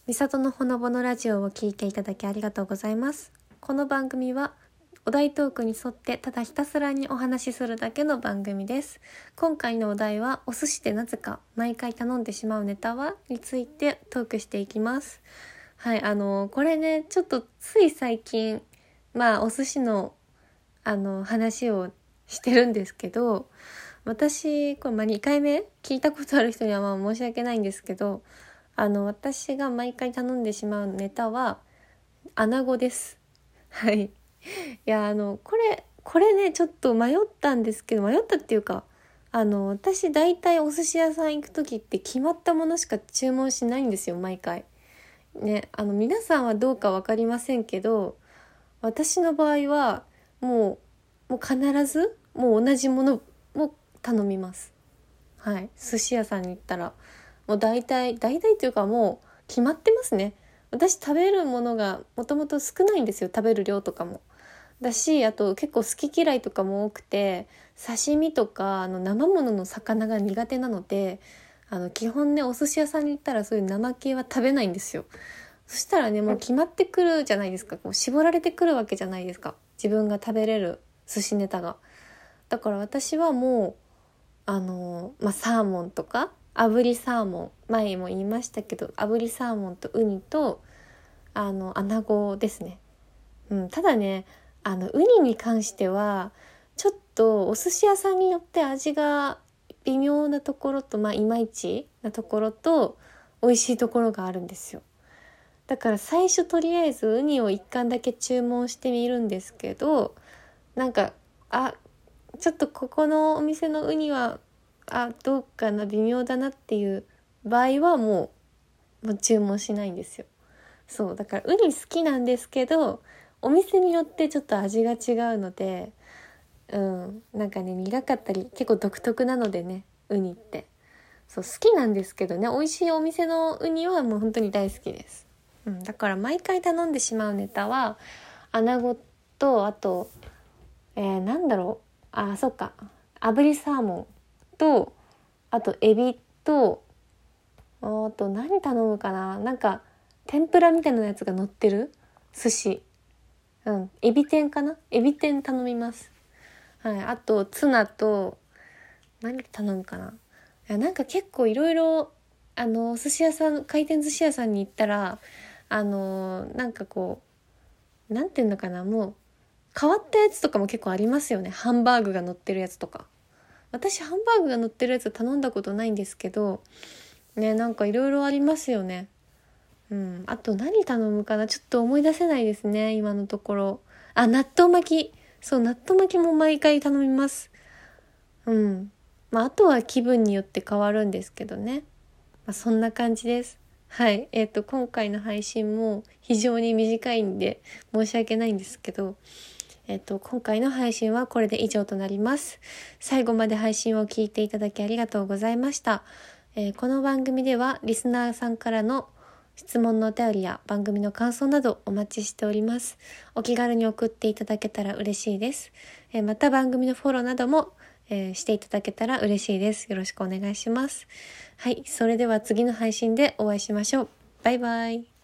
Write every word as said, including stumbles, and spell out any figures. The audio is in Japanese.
みさとのほのぼのラジオを聞いていただきありがとうございます。この番組はお題トークに沿ってただひたすらにお話しするだけの番組です。今回のお題はお寿司でなぜか毎回頼んでしまうネタはについてトークしていきます。はい、あのこれねちょっとつい最近まあお寿司のあの話をしてるんですけど、私これまあにかいめ聞いたことある人にはまあ申し訳ないんですけど、あの私が毎回頼んでしまうネタは穴子です。はい。いやあのこれこれねちょっと迷ったんですけど、迷ったっていうか、あの私だいたいお寿司屋さん行く時って決まったものしか注文しないんですよ、毎回ね。あの皆さんはどうか分かりませんけど、私の場合はもうもう必ずもう同じものを頼みます。はい。寿司屋さんに行ったらもう大体大体っていうかもう決まってますね。私食べるものがもともと少ないんですよ、食べる量とかもだし、あと結構好き嫌いとかも多くて、刺身とかあの生ものの魚が苦手なので、あの基本ねお寿司屋さんに行ったらそういう生系は食べないんですよ。そしたらねもう決まってくるじゃないですか、こう絞られてくるわけじゃないですか、自分が食べれる寿司ネタが。だから私はもうあのまあサーモンとか炙りサーモン、前も言いましたけど炙りサーモンとウニとあの穴子ですね。うん、ただねあのウニに関してはちょっとお寿司屋さんによって味が微妙なところと、まあいまいちなところと美味しいところがあるんですよ。だから最初とりあえずウニをいっ貫だけ注文してみるんですけど、なんかあちょっとここのお店のウニはあどうかな微妙だなっていう場合はもう、もう注文しないんですよ。そうだからウニ好きなんですけど、お店によってちょっと味が違うので、うんなんかね苦かったり結構独特なのでね、ウニってそう好きなんですけどね、美味しいお店のウニはもう本当に大好きです。うん、だから毎回頼んでしまうネタは穴子と、あと、えー、なんだろう、あそっか炙りサーモンと、あとエビと、あと何頼むかな、なんか天ぷらみたいなやつが乗ってる寿司、うんエビ天かな、エビ天頼みます。はい。あとツナと何頼むかな。いやなんか結構いろいろあのお寿司屋さん、回転寿司屋さんに行ったらあのなんかこうなんていうのかな、もう変わったやつとかも結構ありますよね。ハンバーグが乗ってるやつとか。私ハンバーグが乗ってるやつ頼んだことないんですけどね、なんかいろいろありますよね。うん、あと何頼むかな、ちょっと思い出せないですね今のところ。あ、納豆巻き、そう納豆巻きも毎回頼みます。うんまああとは気分によって変わるんですけどね、まあ、そんな感じです。はい。えっと、今回の配信も非常に短いんで申し訳ないんですけど、えっと、今回の配信はこれで以上となります。最後まで配信を聞いていただきありがとうございました。えーこの番組ではリスナーさんからの質問のお便りや番組の感想などお待ちしております。お気軽に送っていただけたら嬉しいです。えーまた番組のフォローなども、えーしていただけたら嬉しいです。よろしくお願いします。はい、それでは次の配信でお会いしましょう。バイバイ。